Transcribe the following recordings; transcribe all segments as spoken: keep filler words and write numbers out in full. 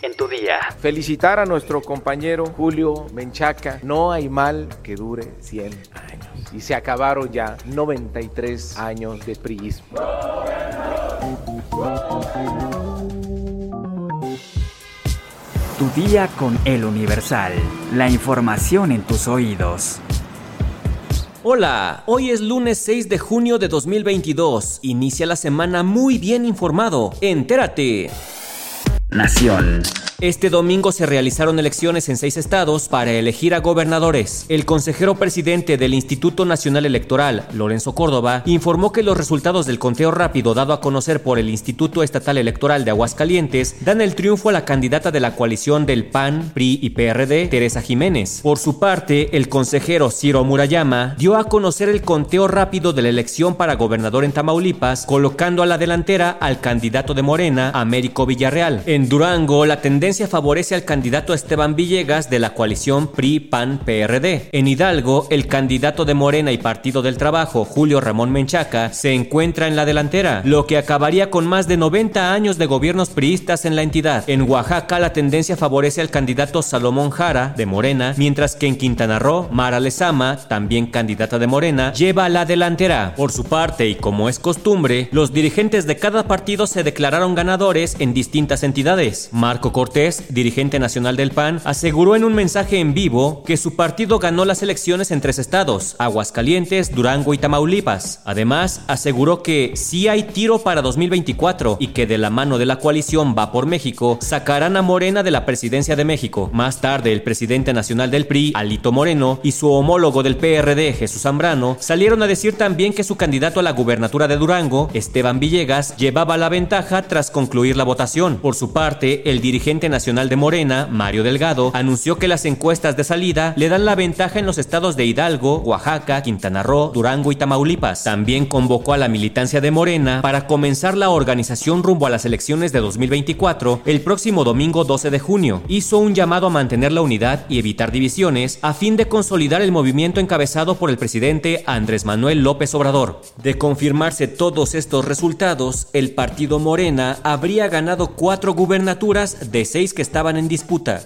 en tu día. Felicitar a nuestro compañero Julio Menchaca. No hay mal que dure cien años. Y se acabaron ya noventa y tres años de priismo. Tu día con El Universal. La información en tus oídos. Hola, hoy es lunes seis de junio de dos mil veintidós. Inicia la semana muy bien informado. Entérate. Nación. Este domingo se realizaron elecciones en seis estados para elegir a gobernadores. El consejero presidente del Instituto Nacional Electoral, Lorenzo Córdoba, informó que los resultados del conteo rápido dado a conocer por el Instituto Estatal Electoral de Aguascalientes dan el triunfo a la candidata de la coalición del P A N, P R I y P R D, Teresa Jiménez. Por su parte, el consejero Ciro Murayama dio a conocer el conteo rápido de la elección para gobernador en Tamaulipas, colocando a la delantera al candidato de Morena, Américo Villarreal. En Durango, la tendencia favorece al candidato Esteban Villegas de la coalición P R I, P A N, P R D. En Hidalgo, el candidato de Morena y Partido del Trabajo, Julio Ramón Menchaca, se encuentra en la delantera, lo que acabaría con más de noventa años de gobiernos priistas en la entidad. En Oaxaca, la tendencia favorece al candidato Salomón Jara, de Morena, mientras que en Quintana Roo, Mara Lezama, también candidata de Morena, lleva la delantera. Por su parte, y como es costumbre, los dirigentes de cada partido se declararon ganadores en distintas entidades. Marco Cortés, dirigente nacional del P A N, aseguró en un mensaje en vivo que su partido ganó las elecciones en tres estados, Aguascalientes, Durango y Tamaulipas. Además, aseguró que sí hay tiro para dos mil veinticuatro y que de la mano de la coalición Va por México sacarán a Morena de la presidencia de México. Más tarde, el presidente nacional del P R I, Alito Moreno, y su homólogo del P R D, Jesús Zambrano, salieron a decir también que su candidato a la gubernatura de Durango, Esteban Villegas, llevaba la ventaja tras concluir la votación. Por su parte, el dirigente nacional de Morena, Mario Delgado, anunció que las encuestas de salida le dan la ventaja en los estados de Hidalgo, Oaxaca, Quintana Roo, Durango y Tamaulipas. También convocó a la militancia de Morena para comenzar la organización rumbo a las elecciones de dos mil veinticuatro el próximo domingo doce de junio. Hizo un llamado a mantener la unidad y evitar divisiones a fin de consolidar el movimiento encabezado por el presidente Andrés Manuel López Obrador. De confirmarse todos estos resultados, el partido Morena habría ganado cuatro gubernaturas de seis que estaban en disputa.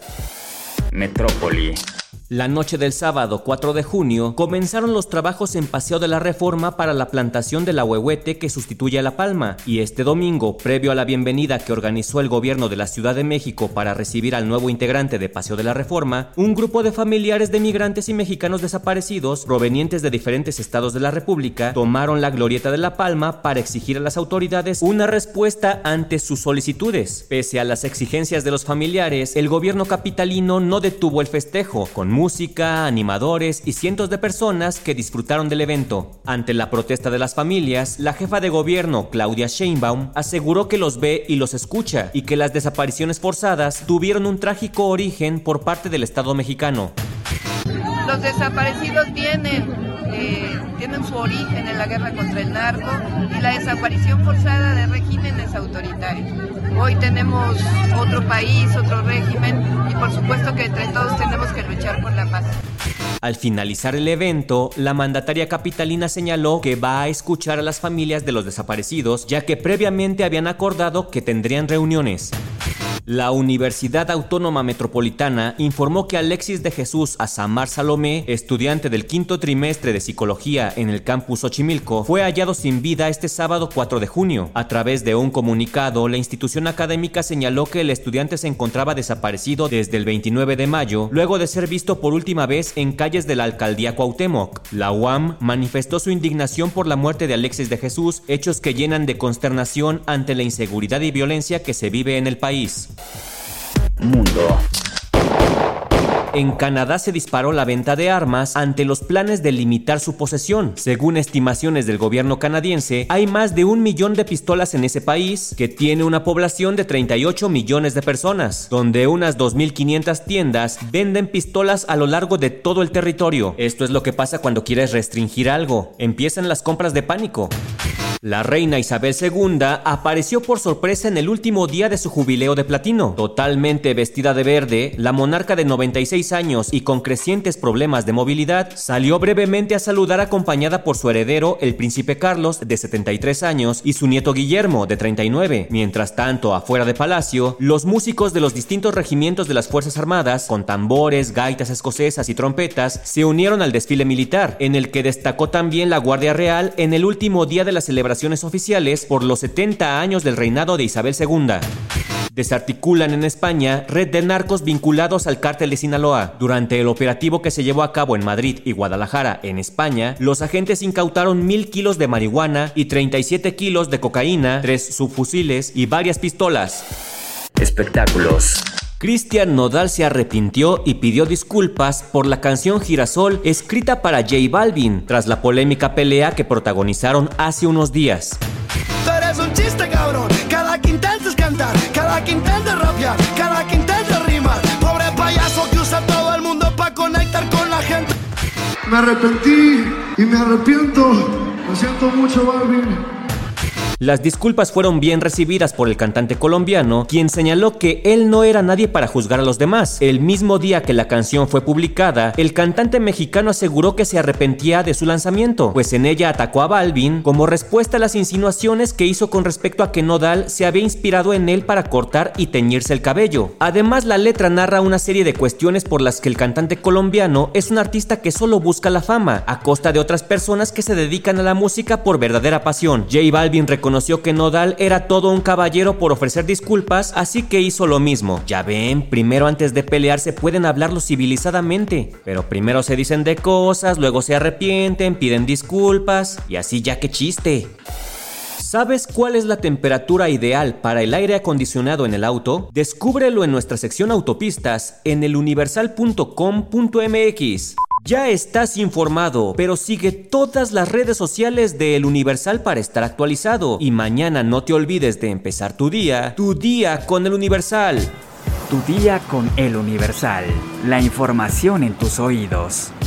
Metrópoli. La noche del sábado cuatro de junio comenzaron los trabajos en Paseo de la Reforma para la plantación del ahuehuete que sustituye a la palma, y este domingo, previo a la bienvenida que organizó el gobierno de la Ciudad de México para recibir al nuevo integrante de Paseo de la Reforma, un grupo de familiares de migrantes y mexicanos desaparecidos provenientes de diferentes estados de la República tomaron la glorieta de la Palma para exigir a las autoridades una respuesta ante sus solicitudes. Pese a las exigencias de los familiares, el gobierno capitalino no detuvo el festejo, con música, animadores y cientos de personas que disfrutaron del evento. Ante la protesta de las familias, la jefa de gobierno, Claudia Sheinbaum, aseguró que los ve y los escucha y que las desapariciones forzadas tuvieron un trágico origen por parte del Estado mexicano. Los desaparecidos vienen, eh, tienen su origen en la guerra contra el narco y la desaparición forzada de regímenes autoritarios. Hoy tenemos otro país, otro régimen y por supuesto que entre todos tenemos que luchar por la paz. Al finalizar el evento, la mandataria capitalina señaló que va a escuchar a las familias de los desaparecidos, ya que previamente habían acordado que tendrían reuniones. La Universidad Autónoma Metropolitana informó que Alexis de Jesús Azamar Salomé, estudiante del quinto trimestre de Psicología en el campus Xochimilco, fue hallado sin vida este sábado cuatro de junio. A través de un comunicado, la institución académica señaló que el estudiante se encontraba desaparecido desde el veintinueve de mayo, luego de ser visto por última vez en calles de la alcaldía Cuauhtémoc. La U A M manifestó su indignación por la muerte de Alexis de Jesús, hechos que llenan de consternación ante la inseguridad y violencia que se vive en el país. Mundo. En Canadá se disparó la venta de armas ante los planes de limitar su posesión. Según estimaciones del gobierno canadiense, hay más de un millón de pistolas en ese país, que tiene una población de treinta y ocho millones de personas, donde unas dos mil quinientas tiendas venden pistolas a lo largo de todo el territorio. Esto es lo que pasa cuando quieres restringir algo. Empiezan las compras de pánico. La reina Isabel segunda apareció por sorpresa en el último día de su jubileo de platino. Totalmente vestida de verde, la monarca de noventa y seis años y con crecientes problemas de movilidad salió brevemente a saludar acompañada por su heredero, el príncipe Carlos, de setenta y tres años, y su nieto Guillermo, de treinta y nueve. Mientras tanto, afuera de palacio, los músicos de los distintos regimientos de las Fuerzas Armadas, con tambores, gaitas escocesas y trompetas, se unieron al desfile militar, en el que destacó también la Guardia Real en el último día de la celebración oficiales por los setenta años del reinado de Isabel segunda. Desarticulan en España red de narcos vinculados al cártel de Sinaloa. Durante el operativo que se llevó a cabo en Madrid y Guadalajara, en España, los agentes incautaron mil kilos de marihuana y treinta y siete kilos de cocaína, tres subfusiles y varias pistolas. Espectáculos. Cristian Nodal se arrepintió y pidió disculpas por la canción Girasol escrita para J Balvin, tras la polémica pelea que protagonizaron hace unos días. Tú eres un chiste, cabrón. Cada que intentes cantar, cada que intentes rapear, cada que intentes rimar. Pobre payaso que usa todo el mundo para conectar con la gente. Me arrepentí y me arrepiento. Lo siento mucho, Balvin. Las disculpas fueron bien recibidas por el cantante colombiano, quien señaló que él no era nadie para juzgar a los demás. El mismo día que la canción fue publicada, el cantante mexicano aseguró que se arrepentía de su lanzamiento, pues en ella atacó a Balvin como respuesta a las insinuaciones que hizo con respecto a que Nodal se había inspirado en él para cortar y teñirse el cabello. Además, la letra narra una serie de cuestiones por las que el cantante colombiano es un artista que solo busca la fama, a costa de otras personas que se dedican a la música por verdadera pasión. J Balvin reconoció Conoció que Nodal era todo un caballero por ofrecer disculpas, así que hizo lo mismo. Ya ven, primero antes de pelearse pueden hablarlo civilizadamente, pero primero se dicen de cosas, luego se arrepienten, piden disculpas, y así ya qué chiste. ¿Sabes cuál es la temperatura ideal para el aire acondicionado en el auto? Descúbrelo en nuestra sección autopistas en el universal punto com punto m x. Ya estás informado, pero sigue todas las redes sociales de El Universal para estar actualizado. Y mañana no te olvides de empezar tu día, tu día con El Universal. Tu día con El Universal. La información en tus oídos.